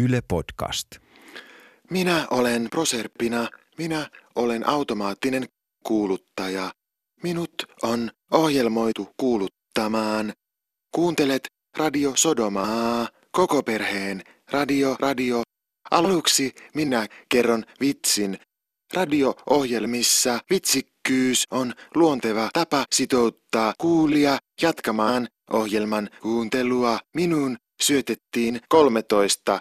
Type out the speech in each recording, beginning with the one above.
Yle Podcast. Minä olen Proserpina. Minä olen automaattinen kuuluttaja. Minut on ohjelmoitu kuuluttamaan. Kuuntelet Radio Sodomaa, koko perheen radio. Aluksi minä kerron vitsin. Radio-ohjelmissa vitsikkyys on luonteva tapa sitouttaa kuulija jatkamaan ohjelman kuuntelua. Minun syötettiin 13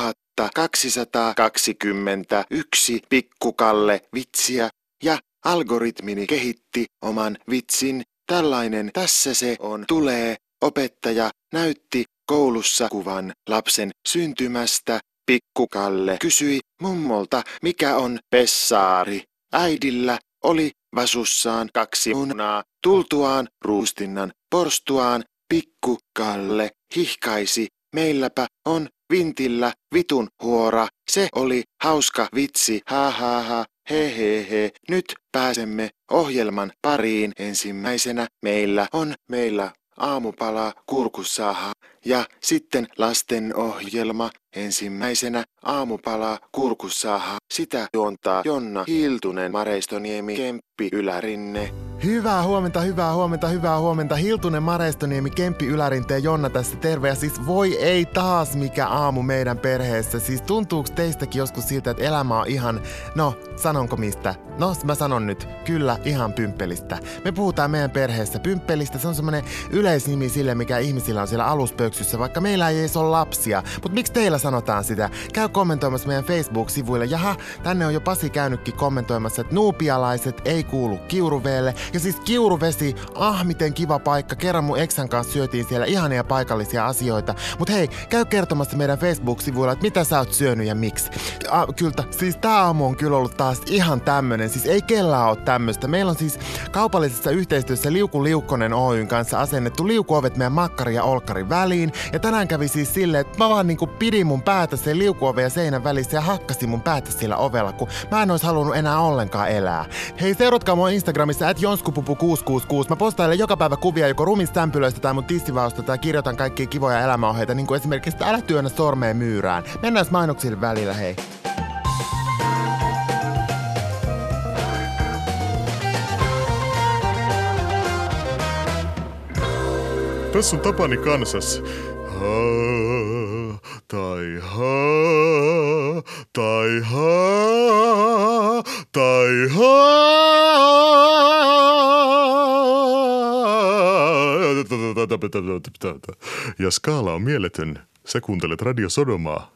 221 pikkukalle vitsiä ja algoritmini kehitti oman vitsin. Tällainen tässä se on tulee. Opettaja näytti koulussa kuvan lapsen syntymästä. Pikkukalle kysyi mummolta, mikä on pessaari. Äidillä oli vasussaan 2 munaa. Tultuaan ruustinnan porstuaan Pikkukalle hihkaisi, meilläpä on vintillä vitun huora. Se oli hauska vitsi, ha. He. Nyt pääsemme ohjelman pariin. Ensimmäisenä meillä aamupala kurkussaha ja sitten lastenohjelma. Ensimmäisenä aamupala kurkussaha. Sitä juontaa Jonna Hiltunen, Mareistoniemi, Kemppi, Ylärinne. Hyvää huomenta. Hiltunen, Mareistoniemi, Kemppi, Ylärinteen, Jonna tässä terve. Ja siis voi ei taas mikä aamu meidän perheessä. Siis tuntuuko teistäkin joskus siltä, että elämä on ihan, sanonko mistä? Mä sanon nyt, kyllä ihan pymppelistä. Me puhutaan meidän perheessä pymppelistä. Se on semmonen yleisnimi sille, mikä ihmisillä on siellä aluspöksyssä, vaikka meillä ei edes ole lapsia. Mut miksi teillä sanotaan sitä? Käy kommentoimassa meidän Facebook-sivuille. Jaha, tänne on jo Pasi käynytkin kommentoimassa, että nuupialaiset ei kuulu Kiuruveelle. Ja siis Kiuruvesi, miten kiva paikka. Kerran mun eksän kanssa syötiin siellä ihania paikallisia asioita. Mut hei, käy kertomassa meidän Facebook-sivuilla, että mitä sä oot syönyt ja miksi. Kyllä, siis tää aamu on kyllä ollut taas ihan tämmönen. Siis ei kellään oo tämmöstä. Meillä on siis kaupallisessa yhteistyössä Liuku Liukkonen Oyn kanssa asennettu liukuovet meidän makkari ja olkkarin väliin. Ja tänään kävi siis silleen, että mä vaan pidin mun päätä sen liukuoven ja seinän välissä ja hakkasin mun päätä sillä ovella, kun mä en ois halunnut enää ollenkaan elää. Hei, seuratkaa mua Instagramissa @jonskupupu666. Mä postailen joka päivä kuvia joko rumistämpylöistä tai mun tissivausta tai kirjoitan kaikkia kivoja elämäohjeita, niin kuin esimerkiksi, että älä työnnä sormeen myyrään. Mennään mainoksille välillä, hei. Tässä on Tapani Kansas. Ja skaala on mieletön. Sä kuuntelet Radio Sodomaa.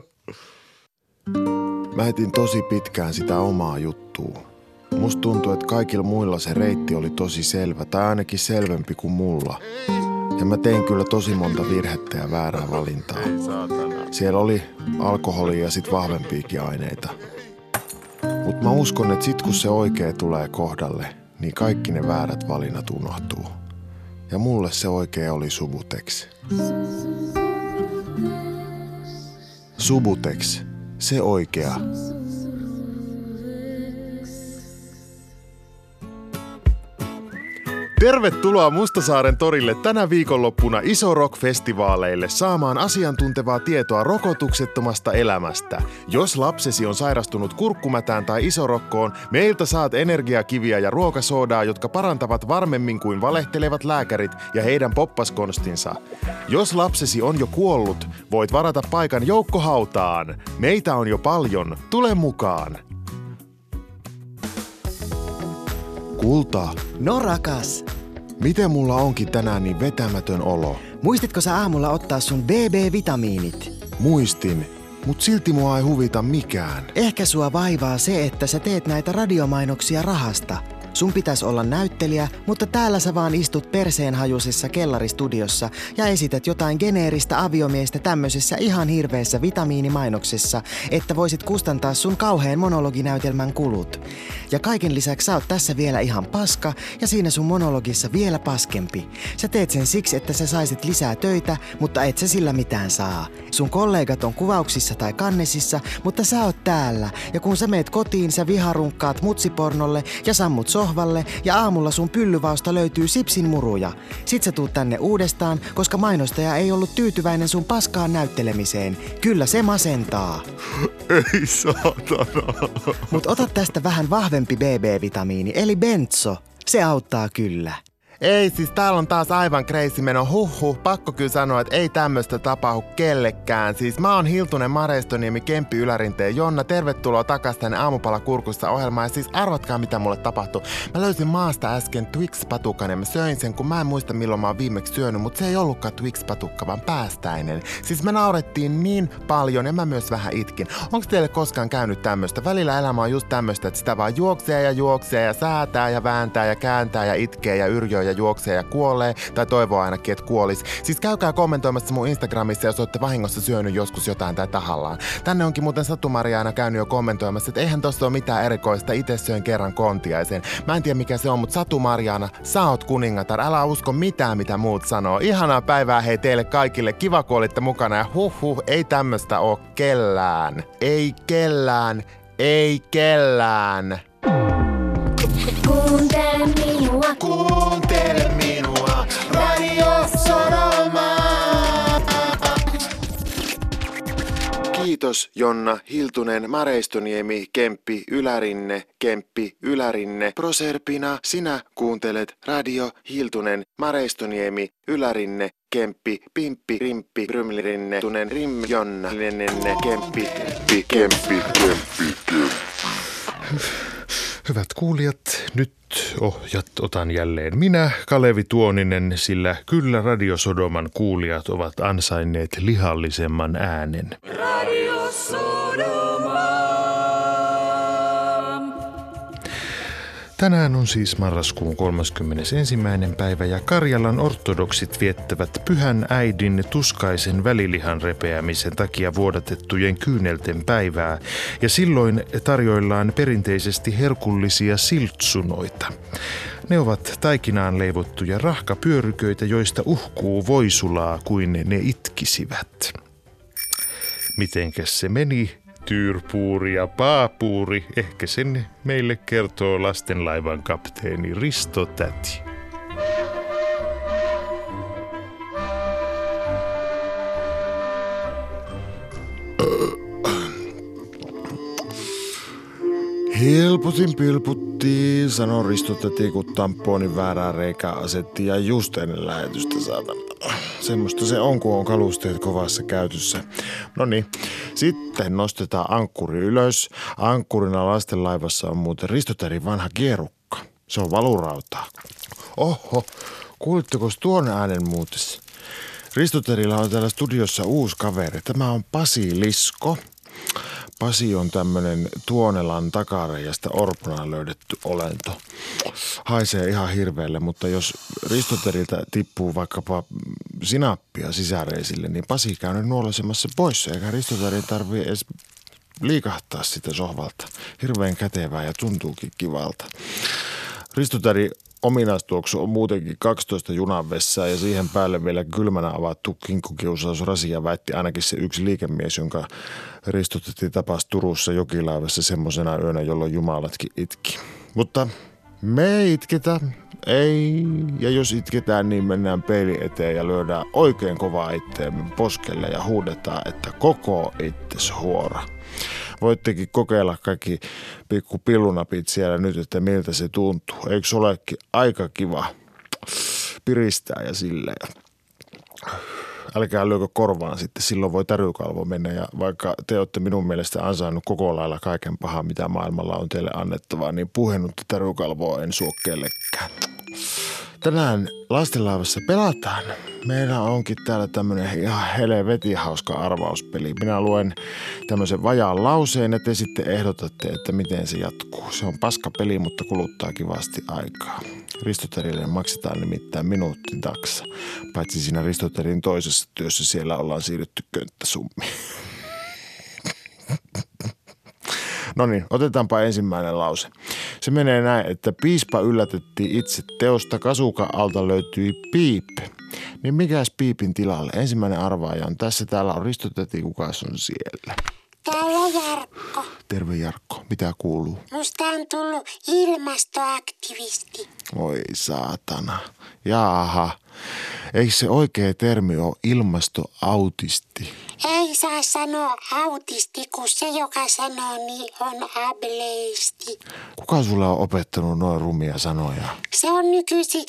Mä etin tosi pitkään sitä omaa juttua. Musta tuntuu, että kaikilla muilla se reitti oli tosi selvä, tai ainakin selvempi kuin mulla. Ja mä tein kyllä tosi monta virhettä ja väärää valintaa. Siellä oli alkoholia ja sit vahvempiakin aineita. Mut mä uskon, että sit kun se oikea tulee kohdalle, niin kaikki ne väärät valinnat unohtuu. Ja mulle se oikea oli Subutex. Subutex, se oikea. Tervetuloa Mustasaaren torille tänä viikonloppuna Iso Rock-festivaaleille saamaan asiantuntevaa tietoa rokotuksettomasta elämästä. Jos lapsesi on sairastunut kurkkumätään tai isorokkoon, meiltä saat energiakiviä ja ruokasoodaa, jotka parantavat varmemmin kuin valehtelevat lääkärit ja heidän poppaskonstinsa. Jos lapsesi on jo kuollut, voit varata paikan joukkohautaan. Meitä on jo paljon. Tule mukaan! Kulta. No rakas. Miten mulla onkin tänään niin vetämätön olo? Muistitko sä aamulla ottaa sun BB-vitamiinit? Muistin, mut silti mua ei huvita mikään. Ehkä sua vaivaa se, että sä teet näitä radiomainoksia rahasta. Sun pitäisi olla näyttelijä, mutta täällä sä vaan istut perseenhajuisessa kellaristudiossa ja esität jotain geneeristä aviomiestä tämmöisessä ihan hirveässä vitamiinimainoksessa, että voisit kustantaa sun kauheen monologinäytelmän kulut. Ja kaiken lisäksi sä oot tässä vielä ihan paska ja siinä sun monologissa vielä paskempi. Sä teet sen siksi, että sä saisit lisää töitä, mutta et sä sillä mitään saa. Sun kollegat on kuvauksissa tai kannesissa, mutta sä oot täällä. Ja kun sä meet kotiin, sä viharunkkaat mutsipornolle ja sammut sohvalle ja aamulla sun pyllyvausta löytyy sipsin muruja. Sit sä tuut tänne uudestaan, koska mainostaja ei ollut tyytyväinen sun paskaan näyttelemiseen. Kyllä se masentaa. Ei saatana. Mut ota tästä vähän vahvempi BB-vitamiini, eli Bentso. Se auttaa kyllä. Ei, siis täällä on taas aivan crazy meno. Pakko kyllä sanoa, että ei tämmöistä tapahdu kellekään. Siis mä oon Hiltunen Mareistoniemi, Kemppi Ylärinteen Jonna. Tervetuloa takas tänne Aamupala-kurkussa ohjelmaan. Ja siis arvatkaa, mitä mulle tapahtui. Mä löysin maasta äsken Twix-patukan ja mä söin sen, kun mä en muista milloin mä oon viimeksi syönyt. Mutta se ei ollutkaan Twix-patukka, vaan päästäinen. Siis me naurettiin niin paljon ja mä myös vähän itkin. Onko teille koskaan käynyt tämmöistä? Välillä elämä on just tämmöistä, että sitä vaan juoksee ja säätää ja vääntää ja kääntää ja itkee ja yrjöö ja juoksee ja kuolee, tai toivoo ainakin, että kuolis. Siis käykää kommentoimassa mun Instagramissa, jos olette vahingossa syönyt joskus jotain tai tahallaan. Tänne onkin muuten Satu-Maria aina käynyt jo kommentoimassa, että eihän tossa ole mitään erikoista, itse söin kerran kontiaisen. Mä en tiedä mikä se on, mutta Satu-Mariana, sä oot kuningatar, älä usko mitään mitä muut sanoo. Ihanaa päivää hei teille kaikille, kiva kun olitte mukana ja ei tämmöstä oo kellään. Ei kellään, ei kellään. Kuuntele minua, Radio Sodoma. Kiitos Jonna Hiltunen Mareistoniemi, Kemppi Ylärinne, Proserpina, sinä kuuntelet Radio Hiltunen Mareistoniemi, Ylärinne, Kemppi, Pimppi, Rimppi, Brymlirinne, Tunen, Rim, Jonna, Lennenne, Kemppi. Hyvät kuulijat, nyt ohjat otan jälleen minä, Kalevi Tuoninen, sillä kyllä Radio Sodoman kuulijat ovat ansainneet lihallisemman äänen. Radio Sodoma. Tänään on siis marraskuun 31. päivä ja Karjalan ortodoksit viettävät Pyhän Äidin tuskaisen välilihan repeämisen takia vuodatettujen kyynelten päivää ja silloin tarjoillaan perinteisesti herkullisia siltsunoita. Ne ovat taikinaan leivottuja rahkapyöryköitä, joista uhkuu voisulaa kuin ne itkisivät. Mitenkäs se meni? Tyyrpuuri ja paapuuri, ehkä sen meille kertoo lastenlaivan kapteeni Risto Täti. Hilputin pilputtiin, sanoi Risto Täti, kun tamponin väärään reikään asetti ja just ennen lähetystä saatana. Semmoista se on, kun on kalusteet kovassa käytössä. No niin, sitten nostetaan ankkuri ylös. Ankkurina lastenlaivassa on muuten Risto Tätin vanha kierukka. Se on valurautaa. Oho, kuulitteko tuon äänen muuten? Risto Tätillä on täällä studiossa uusi kaveri. Tämä on Pasi Lisko. Pasi on tämmönen Tuonelan takareijasta orpona löydetty olento. Haisee ihan hirveelle, mutta jos Risto Tätiltä tippuu vaikkapa sinappia sisäreisille, niin Pasi käy nyt nuolesemassa pois, eikä Risto Tätin tarvii edes liikahtaa sitä sohvalta. Hirveän kätevää ja tuntuukin kivalta. Risto Tätin ominaistuoksu on muutenkin 12 junanvessää ja siihen päälle vielä kylmänä avattu kinkkukiusausrasia, väitti ainakin se yksi liikemies, jonka Risto Täti tapasi Turussa jokilaivassa semmosena yönä, jolloin jumalatkin itki. Mutta me ei itketä, ei, ja jos itketään, niin mennään peilin eteen ja lyödään oikein kovaa itteemme poskelle ja huudetaan, että koko itses huora. Voittekin kokeilla kaikki pikku pillunapit siellä nyt, että miltä se tuntuu. Eikö se olekin aika kiva piristää ja silleen. Älkää lyökö korvaan sitten, silloin voi tärykalvo mennä. Ja vaikka te olette minun mielestä ansainnut koko lailla kaiken pahaa, mitä maailmalla on teille annettavaa, niin puhennutta tärykalvoa en suo kellekään. Tänään lastenlaivassa pelataan. Meillä onkin täällä tämmönen ihan helvetin hauska arvauspeli. Minä luen tämmöisen vajaan lauseen ja te sitten ehdotatte, että miten se jatkuu. Se on paska peli, mutta kuluttaa kivasti aikaa. Risto Tätille maksetaan nimittäin minuutin taksa. Paitsi siinä Risto Tätin toisessa työssä siellä ollaan siirrytty könttäsummiin. No niin, otetaanpa ensimmäinen lause. Se menee näin, että piispa yllätettiin itse teosta, kasukan alta löytyi piip. Niin mikäs piipin tilalle? Ensimmäinen arvaaja on tässä, täällä on Risto Täti, kukas on siellä? Täällä Jarkko. Terve Jarkko, mitä kuuluu? Musta on tullut ilmastoaktivisti. Oi saatana. Jaaha. Eikö se oikea termi ole ilmastoautisti? Ei saa sanoa autisti, kun se, joka sanoo niin, on ableisti. Kuka sulla on opettanut noin rumia sanoja? Se on nykyisin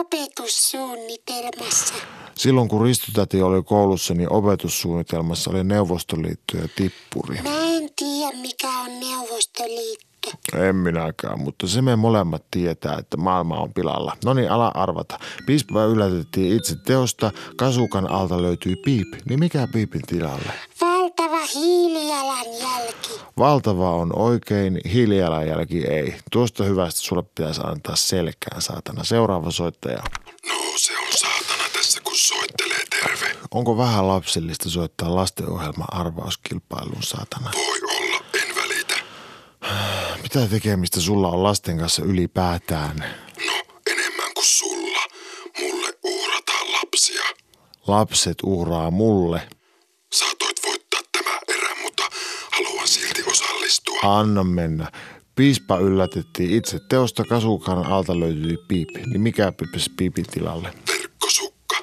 opetussuunnitelmassa. Silloin kun Ristotäti oli koulussa, niin opetussuunnitelmassa oli Neuvostoliitto ja tippuri. Mä en tiedä, mikä on Neuvostoliitto. En minäkään, mutta se me molemmat tietää, että maailma on pilalla. No niin, ala arvata. Piispaa yllätettiin itse teosta, kasukan alta löytyi piip. Niin mikä piipin tilalle? Valtava hiilijalanjälki. Valtava on oikein, hiilijalanjälki ei. Tuosta hyvästä sulle pitäisi antaa selkään, saatana. Seuraava soittaja. No, se on saatana tässä, kun soittelee, terve. Onko vähän lapsellista soittaa lastenohjelman arvauskilpailuun, saatana? Voi olla, en välitä. Mitä tekemistä sulla on lasten kanssa ylipäätään? No, enemmän kuin sulla. Mulle uhrataan lapsia. Lapset uhraa mulle. Saatoit voittaa tämä erä, mutta haluan silti osallistua. Anna mennä. Piispa yllätettiin itse teosta, kasukan alta löytyi piipi. Niin mikä piipisi piipin tilalle? Verkkosukka.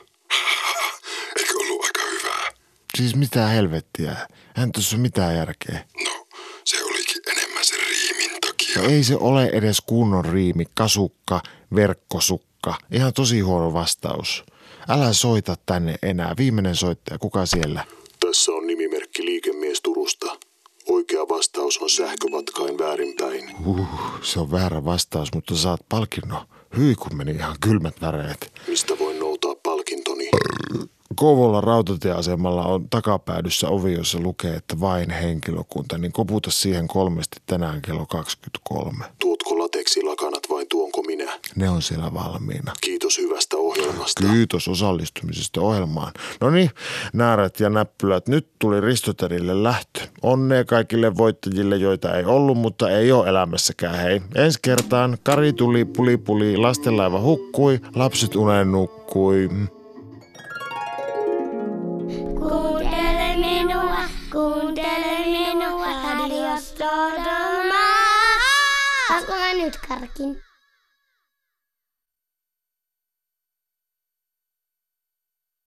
Eikö ollut aika hyvää? Siis mitä helvettiä? Hän tuossa mitään järkeä. No, se olikin enemmän sen riimin takia. No ei se ole edes kunnon riimi. Kasukka, verkkosukka. Ihan tosi huono vastaus. Älä soita tänne enää. Viimeinen soittaja. Kuka siellä? Tässä on nimimerkki Liikemies Turusta. Oikea vastaus on sähkövatkain väärinpäin. Se on väärä vastaus, mutta saat palkinnon. Hyi kun meni ihan kylmät väreet. Mistä voin noutaa palkintoni? Kouvola rautatieasemalla on takapäädyssä ovi, jossa lukee, että vain henkilökunta, niin koputa siihen 3 tänään kello 23. Tuotko lateksilakanat vai tuonko minä? Ne on siellä valmiina. Kiitos hyvästä ohjelmasta. Kiitos osallistumisesta ohjelmaan. No niin, näärät ja näppylät, nyt tuli Ristoterille lähtö. Onnea kaikille voittajille, joita ei ollut, mutta ei ole elämässäkään, hei. Ensi kertaan Kari tuli, puli, lastenlaiva hukkui, lapset unen nukkui. Kuuntele minua, Radio Sodoma. Saanko mä nyt karkin?